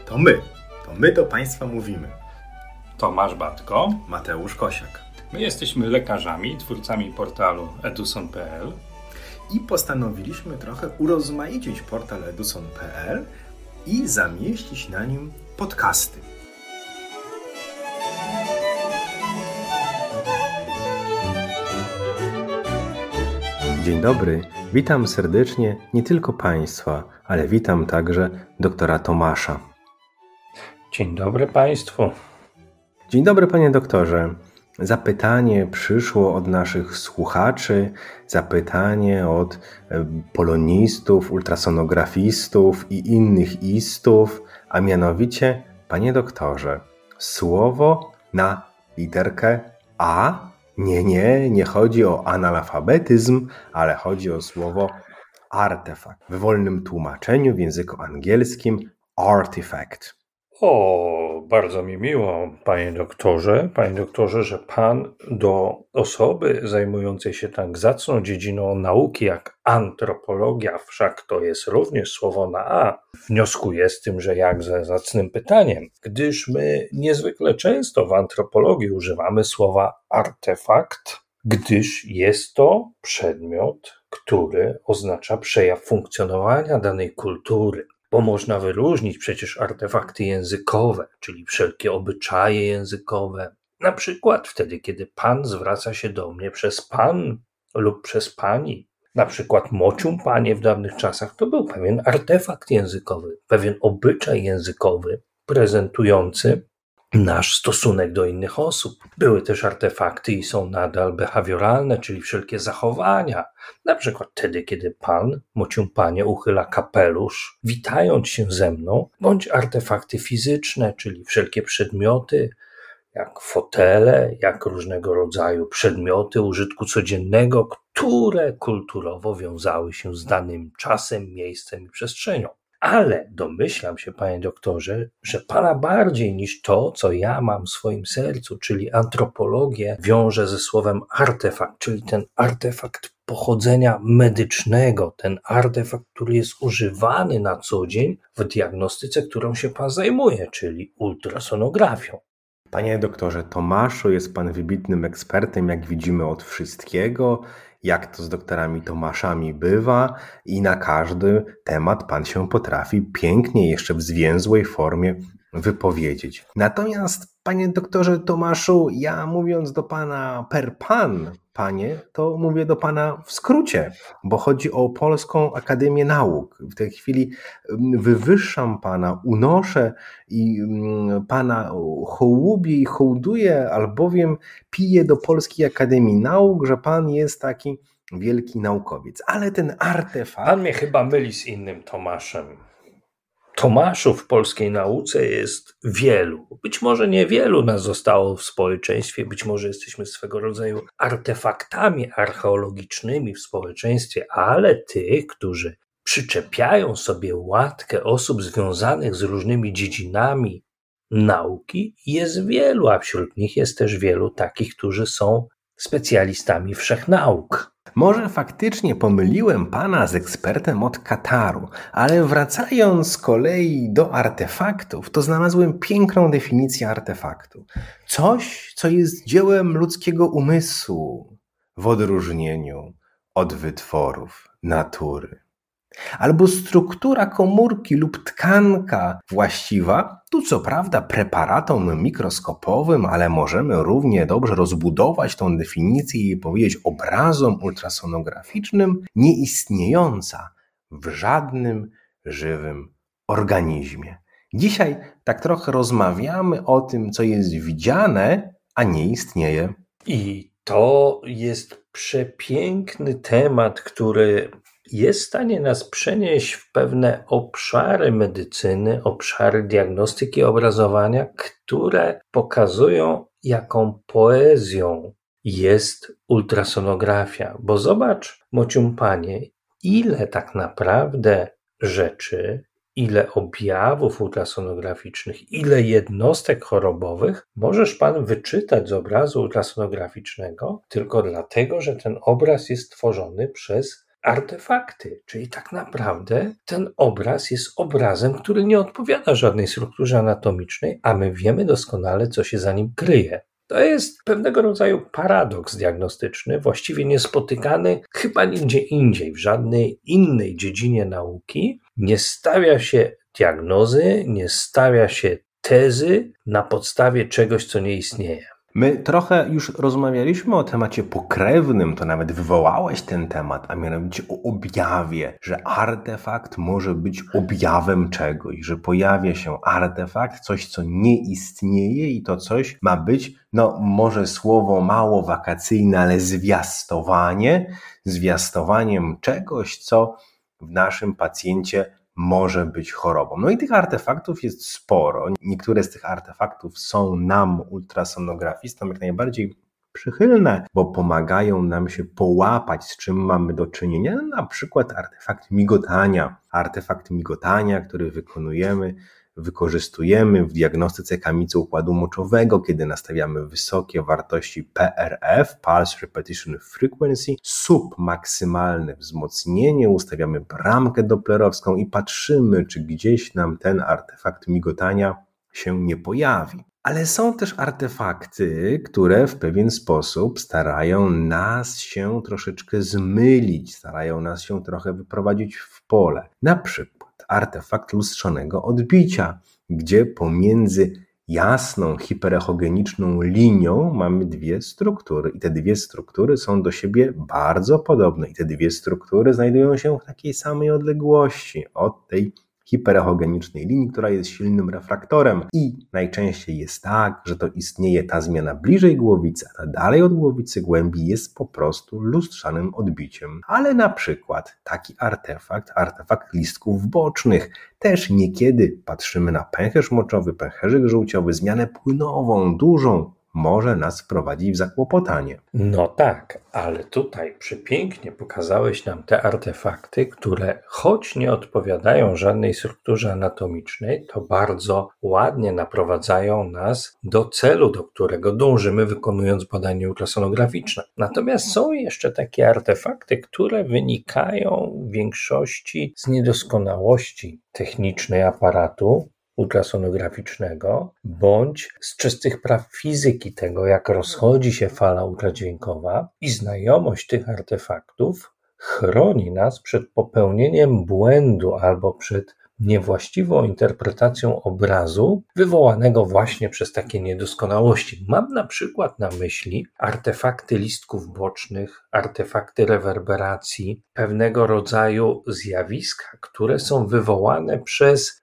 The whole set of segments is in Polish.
To my do Państwa mówimy. Tomasz Batko, Mateusz Kosiak. My jesteśmy lekarzami, twórcami portalu eduson.pl i postanowiliśmy trochę urozmaicić portal eduson.pl i zamieścić na nim podcasty. Dzień dobry, witam serdecznie nie tylko Państwa, ale witam także doktora Tomasza. Dzień dobry Państwu. Dzień dobry Panie doktorze. Zapytanie przyszło od naszych słuchaczy, zapytanie od polonistów, ultrasonografistów i innych istów, a mianowicie, Panie doktorze, słowo na literkę A. Nie chodzi o analfabetyzm, ale chodzi o słowo artefakt. W wolnym tłumaczeniu w języku angielskim artifact. O, bardzo mi miło, panie doktorze, że pan do osoby zajmującej się tak zacną dziedziną nauki jak antropologia, wszak to jest również słowo na A, wnioskuje z tym, że jakże zacnym pytaniem, gdyż my niezwykle często w antropologii używamy słowa artefakt, gdyż jest to przedmiot, który oznacza przejaw funkcjonowania danej kultury. Bo można wyróżnić przecież artefakty językowe, czyli wszelkie obyczaje językowe. Na przykład wtedy, kiedy pan zwraca się do mnie przez pan lub przez pani. Na przykład mocium panie w dawnych czasach to był pewien artefakt językowy, pewien obyczaj językowy prezentujący nasz stosunek do innych osób. Były też artefakty i są nadal behawioralne, czyli wszelkie zachowania. Na przykład wtedy, kiedy pan, mocium panie, uchyla kapelusz, witając się ze mną, bądź artefakty fizyczne, czyli wszelkie przedmioty, jak fotele, jak różnego rodzaju przedmioty użytku codziennego, które kulturowo wiązały się z danym czasem, miejscem i przestrzenią. Ale domyślam się, panie doktorze, że pana bardziej niż to, co ja mam w swoim sercu, czyli antropologię, wiąże ze słowem artefakt, czyli ten artefakt pochodzenia medycznego, ten artefakt, który jest używany na co dzień w diagnostyce, którą się pan zajmuje, czyli ultrasonografią. Panie doktorze Tomaszu, jest pan wybitnym ekspertem, jak widzimy, od wszystkiego, jak to z doktorami Tomaszami bywa i na każdy temat pan się potrafi pięknie, jeszcze w zwięzłej formie wypowiedzieć. Natomiast, panie doktorze Tomaszu, ja mówiąc do pana per pan, panie, to mówię do pana w skrócie, bo chodzi o Polską Akademię Nauk. W tej chwili wywyższam pana, unoszę i pana hołubię i hołduję, albowiem piję do Polskiej Akademii Nauk, że pan jest taki wielki naukowiec. Ale ten artefakt... Pan mnie chyba myli z innym Tomaszem. Tomaszów w polskiej nauce jest wielu. Być może niewielu nas zostało w społeczeństwie, być może jesteśmy swego rodzaju artefaktami archeologicznymi w społeczeństwie, ale tych, którzy przyczepiają sobie łatkę osób związanych z różnymi dziedzinami nauki, jest wielu, a wśród nich jest też wielu takich, którzy są specjalistami wszechnauk. Może faktycznie pomyliłem pana z ekspertem od Kataru, ale wracając z kolei do artefaktów, to znalazłem piękną definicję artefaktu. Coś, co jest dziełem ludzkiego umysłu w odróżnieniu od wytworów natury. Albo struktura komórki lub tkanka właściwa, tu co prawda preparatom mikroskopowym, ale możemy równie dobrze rozbudować tą definicję i powiedzieć obrazom ultrasonograficznym, nieistniejąca w żadnym żywym organizmie. Dzisiaj tak trochę rozmawiamy o tym, co jest widziane, a nie istnieje. I to jest przepiękny temat, który jest w stanie nas przenieść w pewne obszary medycyny, obszary diagnostyki obrazowania, które pokazują, jaką poezją jest ultrasonografia. Bo zobacz, mocium panie, ile tak naprawdę rzeczy, ile objawów ultrasonograficznych, ile jednostek chorobowych możesz pan wyczytać z obrazu ultrasonograficznego tylko dlatego, że ten obraz jest tworzony przez artefakty, czyli tak naprawdę ten obraz jest obrazem, który nie odpowiada żadnej strukturze anatomicznej, a my wiemy doskonale, co się za nim kryje. To jest pewnego rodzaju paradoks diagnostyczny, właściwie niespotykany chyba nigdzie indziej, w żadnej innej dziedzinie nauki. Nie stawia się diagnozy, nie stawia się tezy na podstawie czegoś, co nie istnieje. My trochę już rozmawialiśmy o temacie pokrewnym, to nawet wywołałeś ten temat, a mianowicie o objawie, że artefakt może być objawem czegoś, że pojawia się artefakt, coś, co nie istnieje i to coś ma być, może słowo mało wakacyjne, ale zwiastowaniem czegoś, co w naszym pacjencie może być chorobą. I tych artefaktów jest sporo. Niektóre z tych artefaktów są nam, ultrasonografistom, jak najbardziej przychylne, bo pomagają nam się połapać, z czym mamy do czynienia. Na przykład artefakt migotania, który wykorzystujemy w diagnostyce kamicy układu moczowego, kiedy nastawiamy wysokie wartości PRF, Pulse Repetition Frequency, submaksymalne wzmocnienie, ustawiamy bramkę doplerowską i patrzymy, czy gdzieś nam ten artefakt migotania się nie pojawi. Ale są też artefakty, które w pewien sposób starają nas się troszeczkę zmylić, starają nas się trochę wyprowadzić w pole. Na przykład artefakt lustrzonego odbicia, gdzie pomiędzy jasną, hiperechogeniczną linią mamy dwie struktury i te dwie struktury są do siebie bardzo podobne i te dwie struktury znajdują się w takiej samej odległości od tej hiperechogenicznej linii, która jest silnym refraktorem i najczęściej jest tak, że to istnieje ta zmiana bliżej głowicy, a ta dalej od głowicy głębi jest po prostu lustrzanym odbiciem. Ale na przykład taki artefakt listków bocznych, też niekiedy patrzymy na pęcherz moczowy, pęcherzyk żółciowy, zmianę płynową, dużą, może nas wprowadzić w zakłopotanie. No tak, ale tutaj przepięknie pokazałeś nam te artefakty, które choć nie odpowiadają żadnej strukturze anatomicznej, to bardzo ładnie naprowadzają nas do celu, do którego dążymy, wykonując badanie ultrasonograficzne. Natomiast są jeszcze takie artefakty, które wynikają w większości z niedoskonałości technicznej aparatu ultrasonograficznego, bądź z czystych praw fizyki tego, jak rozchodzi się fala ultradźwiękowa, i znajomość tych artefaktów chroni nas przed popełnieniem błędu albo przed niewłaściwą interpretacją obrazu wywołanego właśnie przez takie niedoskonałości. Mam na przykład na myśli artefakty listków bocznych, artefakty rewerberacji, pewnego rodzaju zjawiska, które są wywołane przez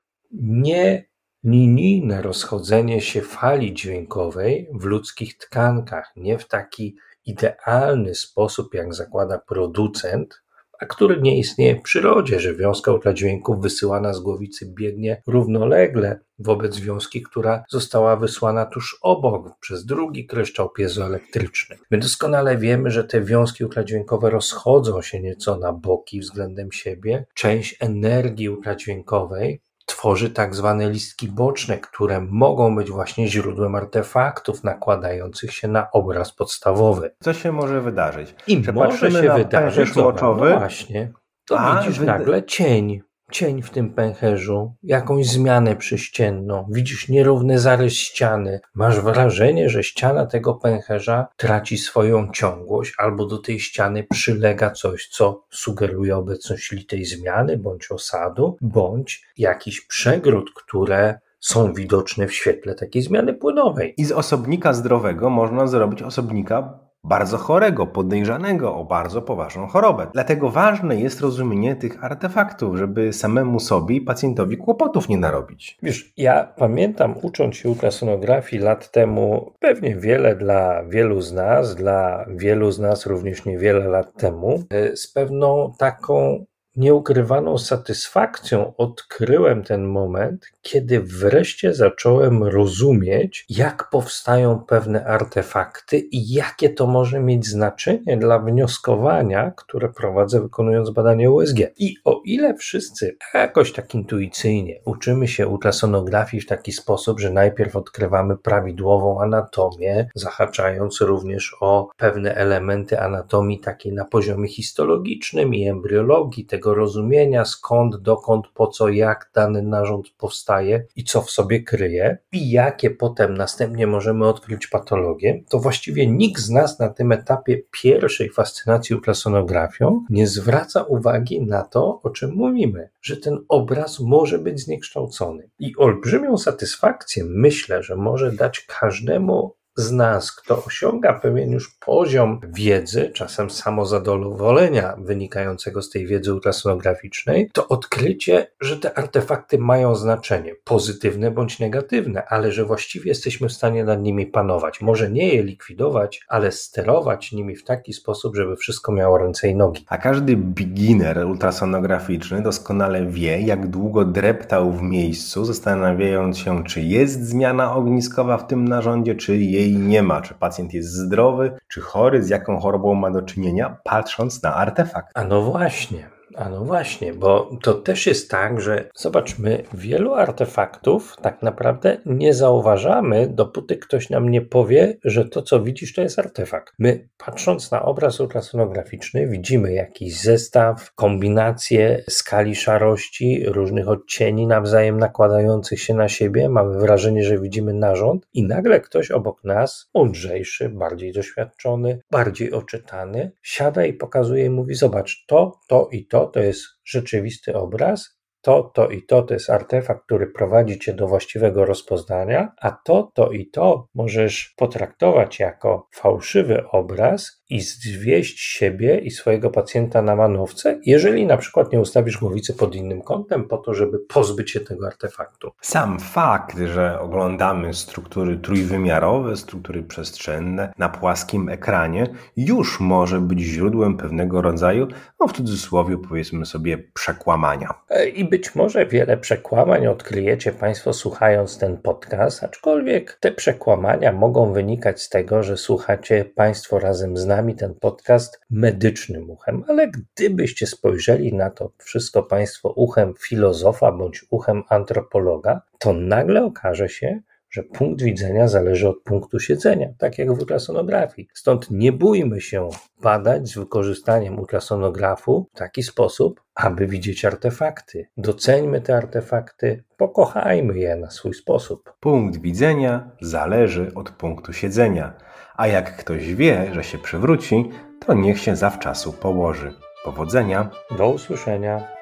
nielinijne rozchodzenie się fali dźwiękowej w ludzkich tkankach, nie w taki idealny sposób, jak zakłada producent, a który nie istnieje w przyrodzie, że wiązka ultradźwięków wysyłana z głowicy biegnie równolegle wobec wiązki, która została wysłana tuż obok przez drugi kryształ piezoelektryczny. My doskonale wiemy, że te wiązki ultradźwiękowe rozchodzą się nieco na boki względem siebie. Część energii ultradźwiękowej tworzy tak zwane listki boczne, które mogą być właśnie źródłem artefaktów nakładających się na obraz podstawowy. Co się może wydarzyć? I może się wydarzyć, moczowy, no właśnie, to widzisz nagle cień w tym pęcherzu, jakąś zmianę przyścienną, widzisz nierówny zarys ściany, masz wrażenie, że ściana tego pęcherza traci swoją ciągłość, albo do tej ściany przylega coś, co sugeruje obecność litej zmiany, bądź osadu, bądź jakiś przegród, które są widoczne w świetle takiej zmiany płynowej. I z osobnika zdrowego można zrobić osobnika bardzo chorego, podejrzanego o bardzo poważną chorobę. Dlatego ważne jest rozumienie tych artefaktów, żeby samemu sobie i pacjentowi kłopotów nie narobić. Wiesz, ja pamiętam, ucząc się ultrasonografii lat temu, pewnie dla wielu z nas również niewiele lat temu, z pewną taką nieukrywaną satysfakcją odkryłem ten moment, kiedy wreszcie zacząłem rozumieć, jak powstają pewne artefakty i jakie to może mieć znaczenie dla wnioskowania, które prowadzę wykonując badanie USG. I o ile wszyscy jakoś tak intuicyjnie uczymy się ultrasonografii w taki sposób, że najpierw odkrywamy prawidłową anatomię, zahaczając również o pewne elementy anatomii takiej na poziomie histologicznym i embriologii, tego rozumienia skąd, dokąd, po co, jak dany narząd powstaje i co w sobie kryje i jakie potem następnie możemy odkryć patologię, to właściwie nikt z nas na tym etapie pierwszej fascynacji ultrasonografią nie zwraca uwagi na to, o czym mówimy, że ten obraz może być zniekształcony. I olbrzymią satysfakcję myślę, że może dać każdemu z nas, kto osiąga pewien już poziom wiedzy, czasem samozadowolenia wynikającego z tej wiedzy ultrasonograficznej, to odkrycie, że te artefakty mają znaczenie, pozytywne bądź negatywne, ale że właściwie jesteśmy w stanie nad nimi panować. Może nie je likwidować, ale sterować nimi w taki sposób, żeby wszystko miało ręce i nogi. A każdy beginner ultrasonograficzny doskonale wie, jak długo dreptał w miejscu, zastanawiając się, czy jest zmiana ogniskowa w tym narządzie, czy jej nie ma, czy pacjent jest zdrowy, czy chory, z jaką chorobą ma do czynienia, patrząc na artefakt. A no właśnie, bo to też jest tak, że zobaczmy, wielu artefaktów tak naprawdę nie zauważamy, dopóty ktoś nam nie powie, że to, co widzisz, to jest artefakt. My, patrząc na obraz ultrasonograficzny, widzimy jakiś zestaw, kombinacje skali szarości, różnych odcieni nawzajem nakładających się na siebie. Mamy wrażenie, że widzimy narząd i nagle ktoś obok nas, mądrzejszy, bardziej doświadczony, bardziej oczytany, siada i pokazuje i mówi: zobacz, to i to jest rzeczywisty obraz, to i to jest artefakt, który prowadzi cię do właściwego rozpoznania, a to i to możesz potraktować jako fałszywy obraz i zwieść siebie i swojego pacjenta na manowce, jeżeli na przykład nie ustawisz głowicy pod innym kątem po to, żeby pozbyć się tego artefaktu. Sam fakt, że oglądamy struktury trójwymiarowe, struktury przestrzenne na płaskim ekranie, już może być źródłem pewnego rodzaju, w cudzysłowie powiedzmy sobie, przekłamania. I być może wiele przekłamań odkryjecie Państwo słuchając ten podcast, aczkolwiek te przekłamania mogą wynikać z tego, że słuchacie Państwo razem z nami ten podcast medycznym uchem, ale gdybyście spojrzeli na to wszystko Państwo uchem filozofa bądź uchem antropologa, to nagle okaże się, że punkt widzenia zależy od punktu siedzenia, tak jak w ultrasonografii. Stąd nie bójmy się badać z wykorzystaniem ultrasonografu w taki sposób, aby widzieć artefakty. Doceńmy te artefakty, pokochajmy je na swój sposób. Punkt widzenia zależy od punktu siedzenia, a jak ktoś wie, że się przewróci, to niech się zawczasu położy. Powodzenia! Do usłyszenia!